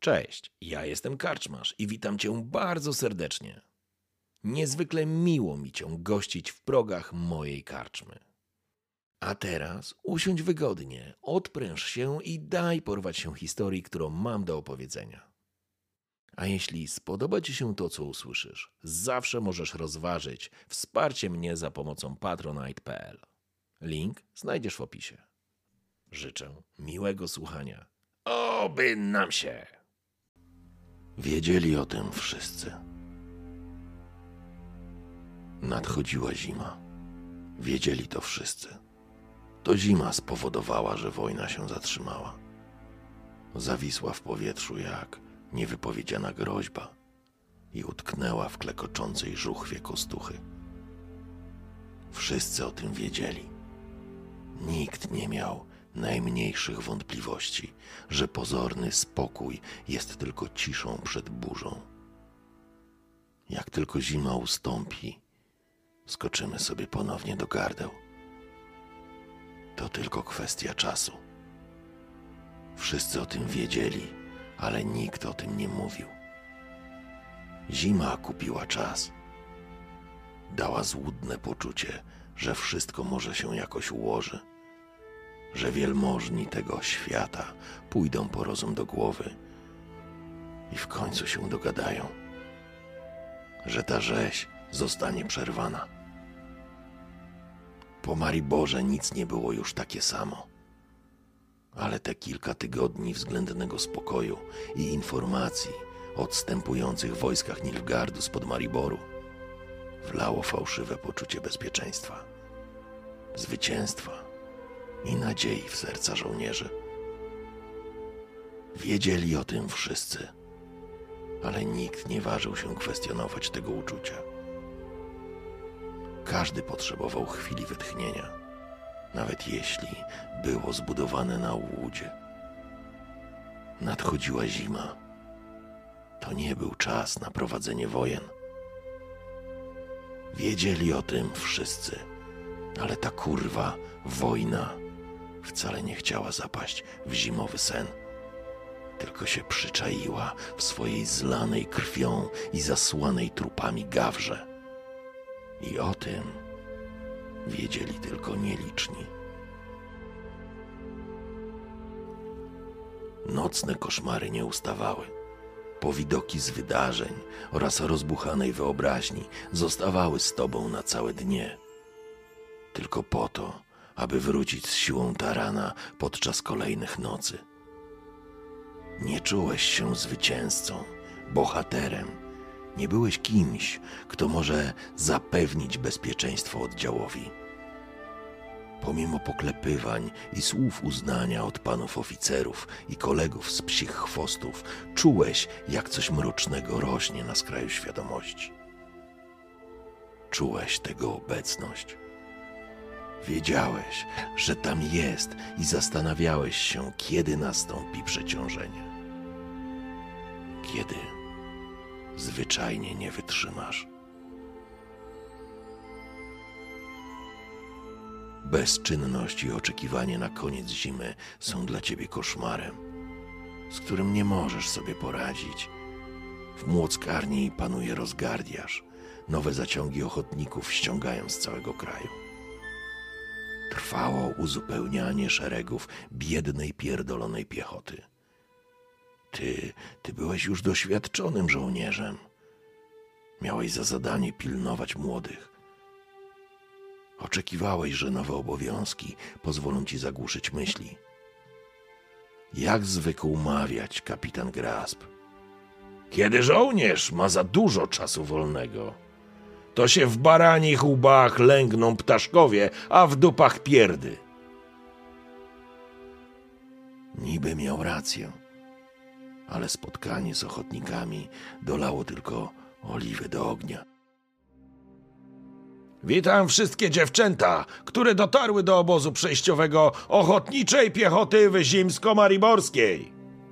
Cześć, ja jestem karczmarz i witam cię bardzo serdecznie. Niezwykle miło mi cię gościć w progach mojej karczmy. A teraz usiądź wygodnie, odpręż się i daj porwać się historii, którą mam do opowiedzenia. A jeśli spodoba ci się to, co usłyszysz, zawsze możesz rozważyć wsparcie mnie za pomocą patronite.pl. Link znajdziesz w opisie. Życzę miłego słuchania. Oby nam się! Wiedzieli o tym wszyscy. Nadchodziła zima. Wiedzieli to wszyscy. To zima spowodowała, że wojna się zatrzymała. Zawisła w powietrzu jak niewypowiedziana groźba i utknęła w klekoczącej żuchwie kostuchy. Wszyscy o tym wiedzieli. Nikt nie miał najmniejszych wątpliwości, że pozorny spokój jest tylko ciszą przed burzą. Jak tylko zima ustąpi, skoczymy sobie ponownie do gardeł. To tylko kwestia czasu. Wszyscy o tym wiedzieli, ale nikt o tym nie mówił. Zima kupiła czas. Dała złudne poczucie, że wszystko może się jakoś ułoży, że wielmożni tego świata pójdą po rozum do głowy i w końcu się dogadają, że ta rzeź zostanie przerwana. Po Mariborze nic nie było już takie samo, ale te kilka tygodni względnego spokoju i informacji o odstępujących wojskach Nilfgaardu spod Mariboru wlało fałszywe poczucie bezpieczeństwa, zwycięstwa i nadziei w serca żołnierzy. Wiedzieli o tym wszyscy, ale nikt nie ważył się kwestionować tego uczucia. Każdy potrzebował chwili wytchnienia, nawet jeśli było zbudowane na łudzie. Nadchodziła zima. To nie był czas na prowadzenie wojen. Wiedzieli o tym wszyscy, ale ta kurwa wojna wcale nie chciała zapaść w zimowy sen, tylko się przyczaiła w swojej zlanej krwią i zasłanej trupami gawrze. I o tym wiedzieli tylko nieliczni. Nocne koszmary nie ustawały. Powidoki z wydarzeń oraz rozbuchanej wyobraźni zostawały z tobą na całe dnie. Tylko po to, aby wrócić z siłą tarana podczas kolejnych nocy. Nie czułeś się zwycięzcą, bohaterem. Nie byłeś kimś, kto może zapewnić bezpieczeństwo oddziałowi. Pomimo poklepywań i słów uznania od panów oficerów i kolegów z psich chwostów, czułeś, jak coś mrocznego rośnie na skraju świadomości. Czułeś tego obecność. Wiedziałeś, że tam jest i zastanawiałeś się, kiedy nastąpi przeciążenie. Kiedy zwyczajnie nie wytrzymasz. Bezczynność i oczekiwanie na koniec zimy są dla ciebie koszmarem, z którym nie możesz sobie poradzić. W młockarni panuje rozgardiaż. Nowe zaciągi ochotników ściągają z całego kraju. Trwało uzupełnianie szeregów biednej, pierdolonej piechoty. Ty byłeś już doświadczonym żołnierzem. Miałeś za zadanie pilnować młodych. Oczekiwałeś, że nowe obowiązki pozwolą ci zagłuszyć myśli. Jak zwykł mawiać kapitan Grasp: kiedy żołnierz ma za dużo czasu wolnego, to się w baranich łbach lęgną ptaszkowie, a w dupach pierdy. Niby miał rację, ale spotkanie z ochotnikami dolało tylko oliwy do ognia. Witam wszystkie dziewczęta, które dotarły do obozu przejściowego Ochotniczej Piechoty Wyzimsko-Mariborskiej.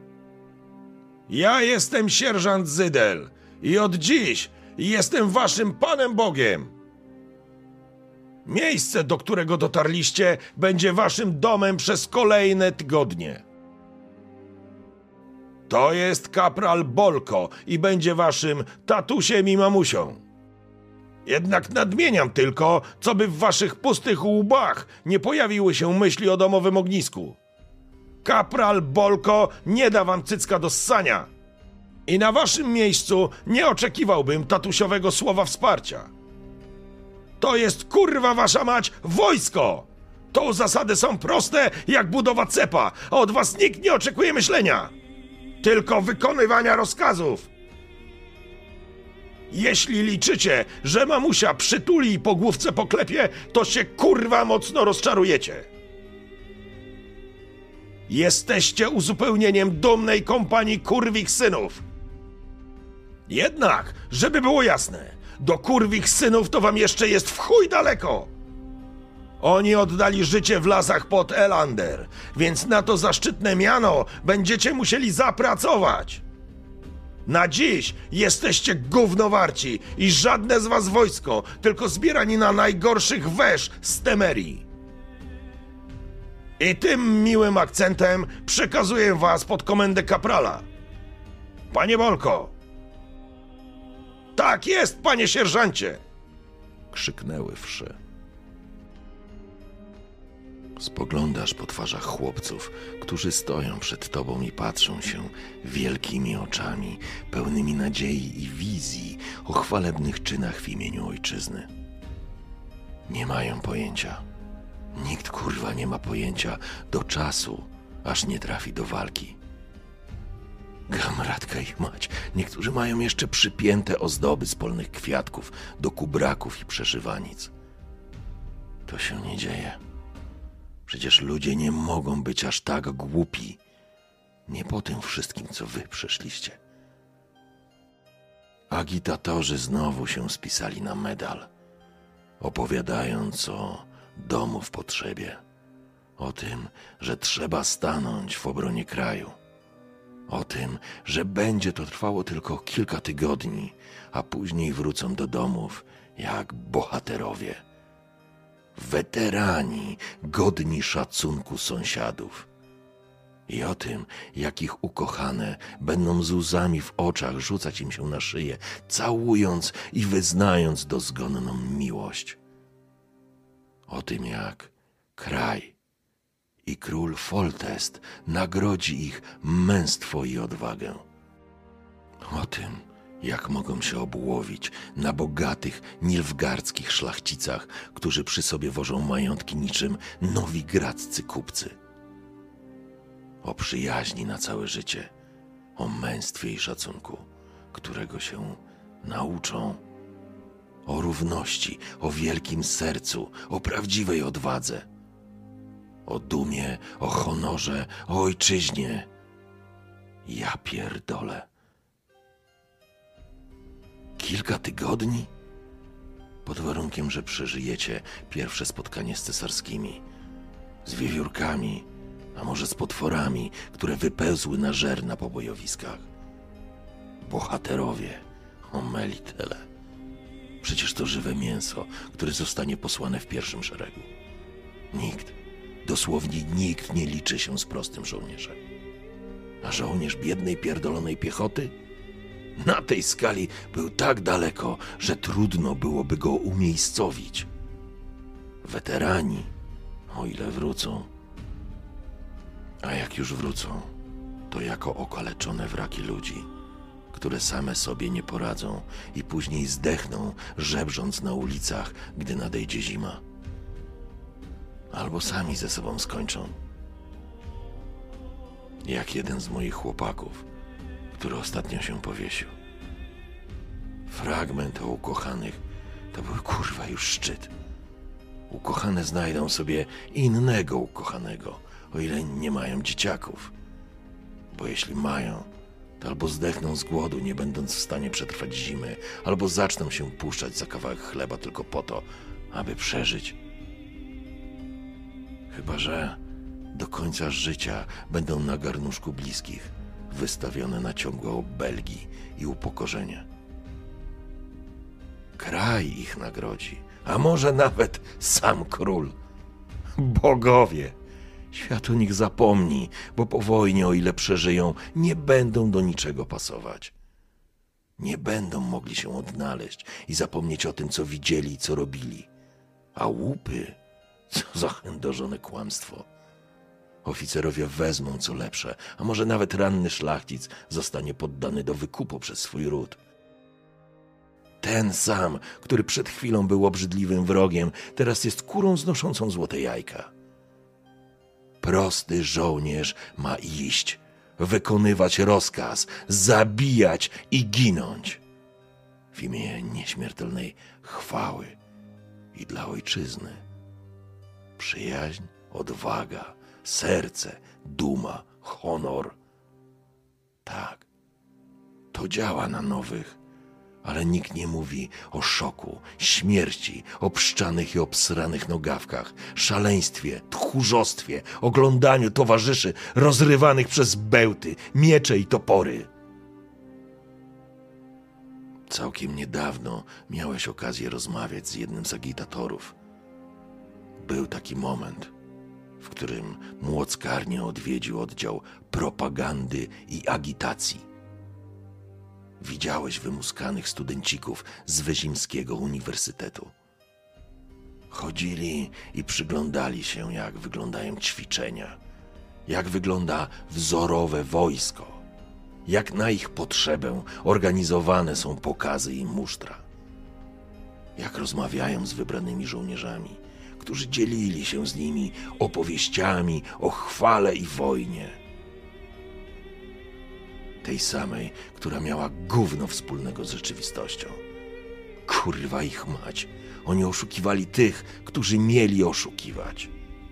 Ja jestem sierżant Zydel i od dziś jestem waszym Panem Bogiem. Miejsce, do którego dotarliście, będzie waszym domem przez kolejne tygodnie. To jest kapral Bolko i będzie waszym tatusiem i mamusią. Jednak nadmieniam tylko, co by w waszych pustych łbach nie pojawiły się myśli o domowym ognisku. Kapral Bolko nie da wam cycka do ssania. I na waszym miejscu nie oczekiwałbym tatusiowego słowa wsparcia. To jest kurwa wasza mać wojsko! To zasady są proste jak budowa cepa, a od was nikt nie oczekuje myślenia. Tylko wykonywania rozkazów. Jeśli liczycie, że mamusia przytuli i po główce poklepie, to się kurwa mocno rozczarujecie. Jesteście uzupełnieniem dumnej kompanii kurwich synów. Jednak, żeby było jasne, do kurwich synów to wam jeszcze jest w chuj daleko. Oni oddali życie w lasach pod Elander, więc na to zaszczytne miano będziecie musieli zapracować. Na dziś jesteście gównowarci i żadne z was wojsko, tylko zbieranina najgorszych wesz z Temerii. I tym miłym akcentem przekazuję was pod komendę kaprala. Panie Bolko! Tak jest, panie sierżancie! Krzyknęły wszy. Spoglądasz po twarzach chłopców, którzy stoją przed tobą i patrzą się wielkimi oczami, pełnymi nadziei i wizji o chwalebnych czynach w imieniu ojczyzny. Nie mają pojęcia. Nikt kurwa nie ma pojęcia do czasu, aż nie trafi do walki. Gamratka ich mać, niektórzy mają jeszcze przypięte ozdoby z polnych kwiatków do kubraków i przeszywanic. To się nie dzieje. Przecież ludzie nie mogą być aż tak głupi. Nie po tym wszystkim, co wy przeszliście. Agitatorzy znowu się spisali na medal, opowiadając o domu w potrzebie, o tym, że trzeba stanąć w obronie kraju, o tym, że będzie to trwało tylko kilka tygodni, a później wrócą do domów jak bohaterowie. Weterani godni szacunku sąsiadów. I o tym, jak ich ukochane będą z łzami w oczach rzucać im się na szyję, całując i wyznając dozgonną miłość. O tym, jak kraj i król Foltest nagrodzi ich męstwo i odwagę. O tym, jak mogą się obłowić na bogatych, nilfgardzkich szlachcicach, którzy przy sobie wożą majątki niczym nowigradzcy kupcy. O przyjaźni na całe życie, o męstwie i szacunku, którego się nauczą. O równości, o wielkim sercu, o prawdziwej odwadze. O dumie, o honorze, o ojczyźnie. Ja pierdolę. Kilka tygodni? Pod warunkiem, że przeżyjecie pierwsze spotkanie z cesarskimi, z wiewiórkami, a może z potworami, które wypełzły na żer na pobojowiskach. Bohaterowie, o melitele. Przecież to żywe mięso, które zostanie posłane w pierwszym szeregu. Nikt, dosłownie nikt nie liczy się z prostym żołnierzem. A żołnierz biednej, pierdolonej piechoty? Na tej skali był tak daleko, że trudno byłoby go umiejscowić. Weterani, o ile wrócą. A jak już wrócą, to jako okaleczone wraki ludzi, które same sobie nie poradzą i później zdechną, żebrząc na ulicach, gdy nadejdzie zima. Albo sami ze sobą skończą. Jak jeden z moich chłopaków, który ostatnio się powiesił. Fragment o ukochanych to był kurwa już szczyt. Ukochane znajdą sobie innego ukochanego, o ile nie mają dzieciaków. Bo jeśli mają, to albo zdechną z głodu, nie będąc w stanie przetrwać zimy, albo zaczną się puszczać za kawałek chleba tylko po to, aby przeżyć. Chyba że do końca życia będą na garnuszku bliskich, wystawione na ciągłe obelgi i upokorzenie. Kraj ich nagrodzi, a może nawet sam król. Bogowie, Świat o nich zapomni, bo po wojnie, o ile przeżyją, nie będą do niczego pasować. Nie będą mogli się odnaleźć i zapomnieć o tym, co widzieli i co robili. A łupy, co za chędożone kłamstwo. Oficerowie wezmą co lepsze, a może nawet ranny szlachcic zostanie poddany do wykupu przez swój ród. Ten sam, który przed chwilą był obrzydliwym wrogiem, teraz jest kurą znoszącą złote jajka. Prosty żołnierz ma iść, wykonywać rozkaz, zabijać i ginąć w imię nieśmiertelnej chwały i dla ojczyzny. Przyjaźń, odwaga, serce, duma, honor. Tak, to działa na nowych, ale nikt nie mówi o szoku, śmierci, o pszczanych i obsranych nogawkach, szaleństwie, tchórzostwie, oglądaniu towarzyszy rozrywanych przez bełty, miecze i topory. Całkiem niedawno miałeś okazję rozmawiać z jednym z agitatorów. Był taki moment, w którym młockarnie odwiedził oddział propagandy i agitacji. Widziałeś wymuskanych studencików z Wyzimskiego Uniwersytetu. Chodzili i przyglądali się, jak wyglądają ćwiczenia, jak wygląda wzorowe wojsko, jak na ich potrzebę organizowane są pokazy i musztra, jak rozmawiają z wybranymi żołnierzami, którzy dzielili się z nimi opowieściami o chwale i wojnie. Tej samej, która miała gówno wspólnego z rzeczywistością. Kurwa ich mać, oni oszukiwali tych, którzy mieli oszukiwać.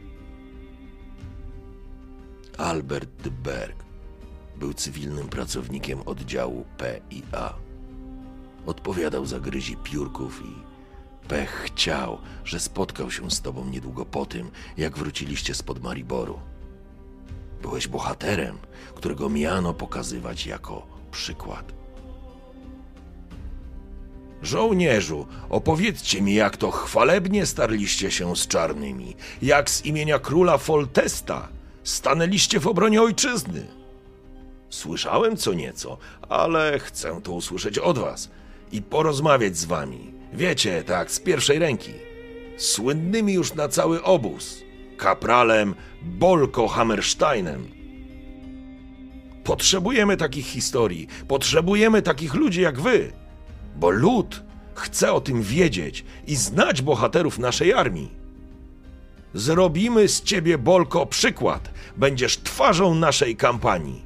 Albert de Berg był cywilnym pracownikiem oddziału P&A. Odpowiadał za gryzi piórków i pech chciał, że spotkał się z tobą niedługo po tym, jak wróciliście spod Mariboru. Byłeś bohaterem, którego miano pokazywać jako przykład. Żołnierzu, opowiedzcie mi, jak to chwalebnie starliście się z czarnymi, jak z imienia króla Foltesta stanęliście w obronie ojczyzny. Słyszałem co nieco, ale chcę to usłyszeć od was i porozmawiać z wami. Wiecie, tak z pierwszej ręki. Słynnymi już na cały obóz. Kapralem Bolko Hammersteinem. Potrzebujemy takich historii, potrzebujemy takich ludzi jak wy, bo lud chce o tym wiedzieć i znać bohaterów naszej armii. Zrobimy z ciebie, Bolko, przykład. Będziesz twarzą naszej kampanii.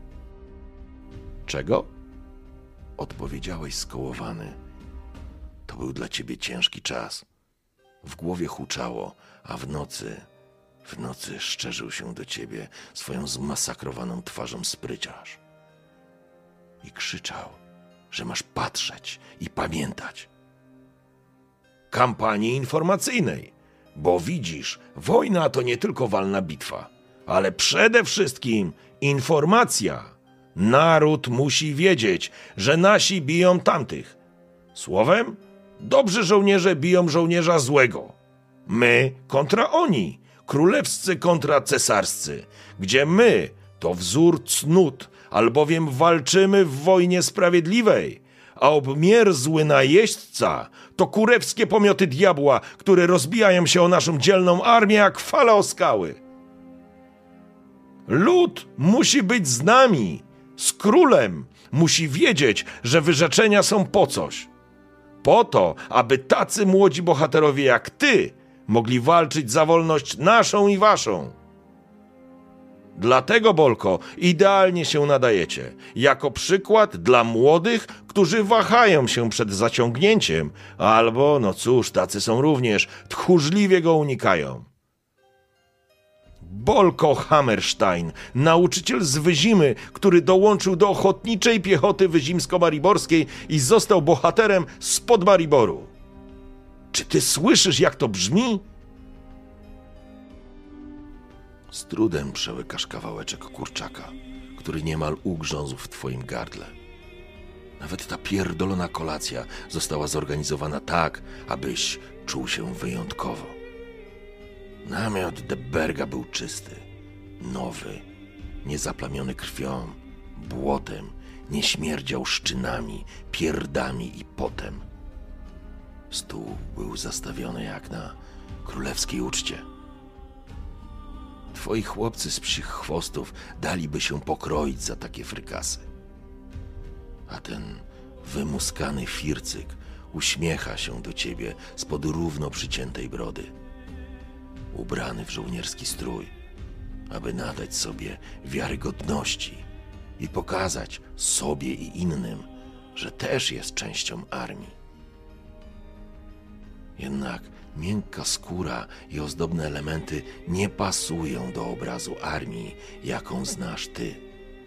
Czego? Odpowiedziałeś skołowany. To był dla ciebie ciężki czas. W głowie huczało, a w nocy szczerzył się do ciebie swoją zmasakrowaną twarzą spryciarz. I krzyczał, że masz patrzeć i pamiętać. Kampanii informacyjnej, bo widzisz, wojna to nie tylko walna bitwa, ale przede wszystkim informacja. Naród musi wiedzieć, że nasi biją tamtych. Słowem, dobrzy żołnierze biją żołnierza złego. My kontra oni, królewscy kontra cesarscy, gdzie my to wzór cnót, albowiem walczymy w wojnie sprawiedliwej, a obmierzły najeźdźca to kurewskie pomioty diabła, które rozbijają się o naszą dzielną armię jak fale o skały. Lud musi być z nami, z królem, musi wiedzieć, że wyrzeczenia są po coś. Po to, aby tacy młodzi bohaterowie jak ty mogli walczyć za wolność naszą i waszą. Dlatego, Bolko, idealnie się nadajecie, jako przykład dla młodych, którzy wahają się przed zaciągnięciem, albo, no cóż, tacy są również, tchórzliwie go unikają. Bolko Hammerstein, nauczyciel z Wyzimy, który dołączył do ochotniczej piechoty wyzimsko-mariborskiej i został bohaterem spod Mariboru. Czy ty słyszysz, jak to brzmi? Z trudem przełykasz kawałeczek kurczaka, który niemal ugrzązł w twoim gardle. Nawet ta pierdolona kolacja została zorganizowana tak, abyś czuł się wyjątkowo. Namiot de Berga był czysty. nowy, niezaplamiony krwią, błotem, nie śmierdział szczynami, pierdami i potem. Stół był zastawiony jak na królewskiej uczcie. Twoi chłopcy z psich chwostów daliby się pokroić za takie frykasy. A ten wymuskany fircyk uśmiecha się do ciebie spod równo przyciętej brody. Ubrany w żołnierski strój, aby nadać sobie wiarygodności i pokazać sobie i innym, że też jest częścią armii. Jednak miękka skóra i ozdobne elementy nie pasują do obrazu armii, jaką znasz ty.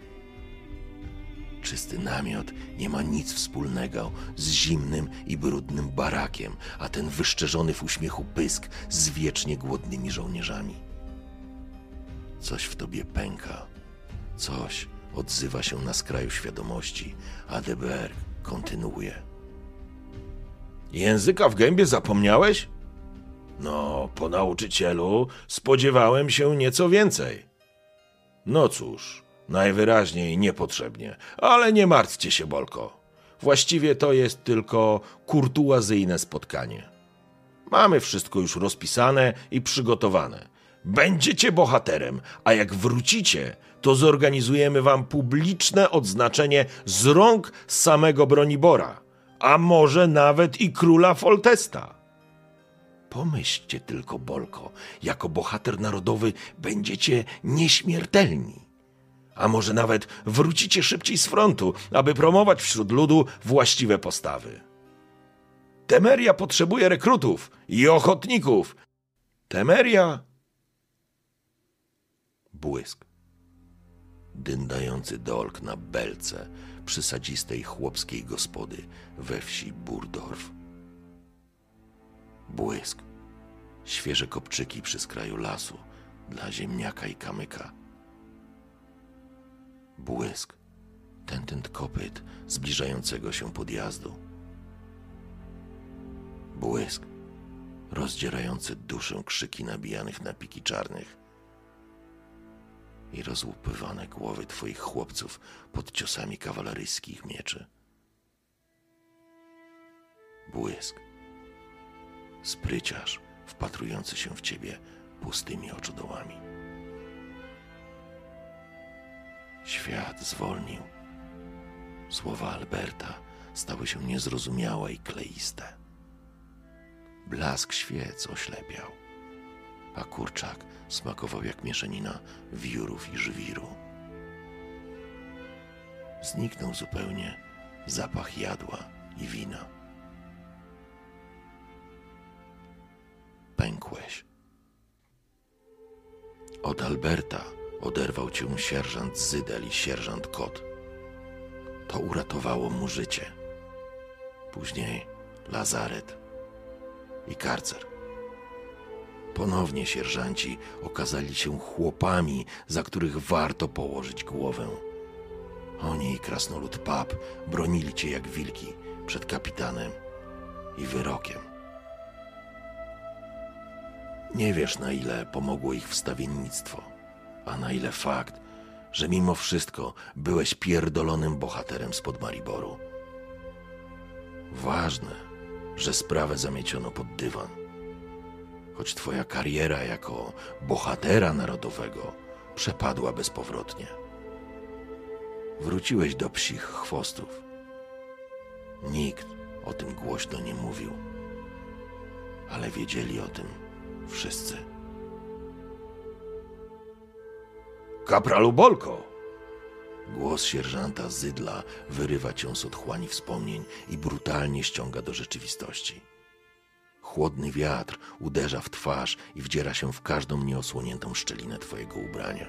Czysty namiot nie ma nic wspólnego z zimnym i brudnym barakiem, a ten wyszczerzony w uśmiechu pysk z wiecznie głodnymi żołnierzami. Coś w tobie pęka, coś odzywa się na skraju świadomości, a de Berg kontynuuje. Języka w gębie zapomniałeś? No, po nauczycielu spodziewałem się nieco więcej. No cóż, najwyraźniej niepotrzebnie, ale nie martwcie się, Bolko. Właściwie to jest tylko kurtuazyjne spotkanie. Mamy wszystko już rozpisane i przygotowane. Będziecie bohaterem, a jak wrócicie, to zorganizujemy wam publiczne odznaczenie z rąk samego Bronibora, a może nawet i króla Foltesta. Pomyślcie tylko, Bolko, jako bohater narodowy będziecie nieśmiertelni. A może nawet wrócicie szybciej z frontu, aby promować wśród ludu właściwe postawy. Temeria potrzebuje rekrutów i ochotników. Temeria... Błysk. Dyndający dolk na belce przysadzistej chłopskiej gospody we wsi Burdorf. Błysk. Świeże kopczyki przy skraju lasu dla ziemniaka i kamyka. Błysk. Tętent kopyt zbliżającego się podjazdu. Błysk. Rozdzierające duszę krzyki nabijanych na piki czarnych i rozłupywane głowy twoich chłopców pod ciosami kawaleryjskich mieczy. Błysk. Spryciarz wpatrujący się w ciebie pustymi oczodołami. Świat zwolnił. Słowa Alberta stały się niezrozumiałe i kleiste. Blask świec oślepiał, a kurczak smakował jak mieszanina wiórów i żwiru. Zniknął zupełnie zapach jadła i wina. Pękłeś. Od Alberta oderwał cię sierżant Zydel i sierżant Kot. To uratowało mu życie. Później lazaret i karcer. Ponownie sierżanci okazali się chłopami, za których warto położyć głowę. Oni i krasnolud Pap bronili cię jak wilki przed kapitanem i wyrokiem. Nie wiesz, na ile pomogło ich wstawiennictwo, a na ile fakt, że mimo wszystko byłeś pierdolonym bohaterem spod Mariboru. Ważne, że sprawę zamieciono pod dywan. Choć twoja kariera jako bohatera narodowego przepadła bezpowrotnie. Wróciłeś do psich chwostów. Nikt o tym głośno nie mówił, ale wiedzieli o tym wszyscy. Kapralu Bolko! Głos sierżanta Zydla wyrywa cię z otchłani wspomnień i brutalnie ściąga do rzeczywistości. Chłodny wiatr uderza w twarz i wdziera się w każdą nieosłoniętą szczelinę twojego ubrania.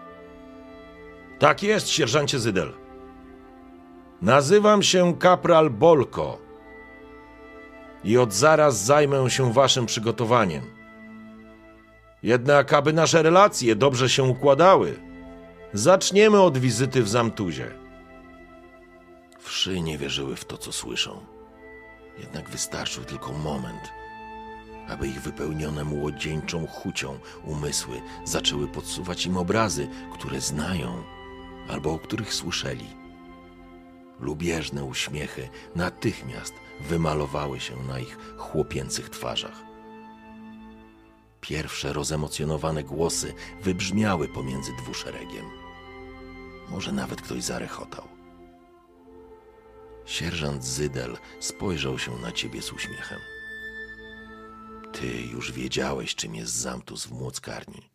Tak jest, sierżancie Zydel. Nazywam się kapral Bolko i od zaraz zajmę się waszym przygotowaniem. Jednak aby nasze relacje dobrze się układały, zaczniemy od wizyty w Zamtuzie. Wszy nie wierzyły w to, co słyszą. Jednak wystarczył tylko moment, aby ich wypełnione młodzieńczą chucią umysły zaczęły podsuwać im obrazy, które znają albo o których słyszeli. Lubieżne uśmiechy natychmiast wymalowały się na ich chłopięcych twarzach. Pierwsze rozemocjonowane głosy wybrzmiały pomiędzy dwuszeregiem. Może nawet ktoś zarechotał. Sierżant Zydel spojrzał się na ciebie z uśmiechem. Ty już wiedziałeś, czym jest Zamtus w młockarni.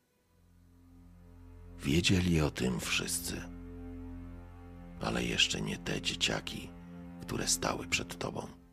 Wiedzieli o tym wszyscy, ale jeszcze nie te dzieciaki, które stały przed tobą.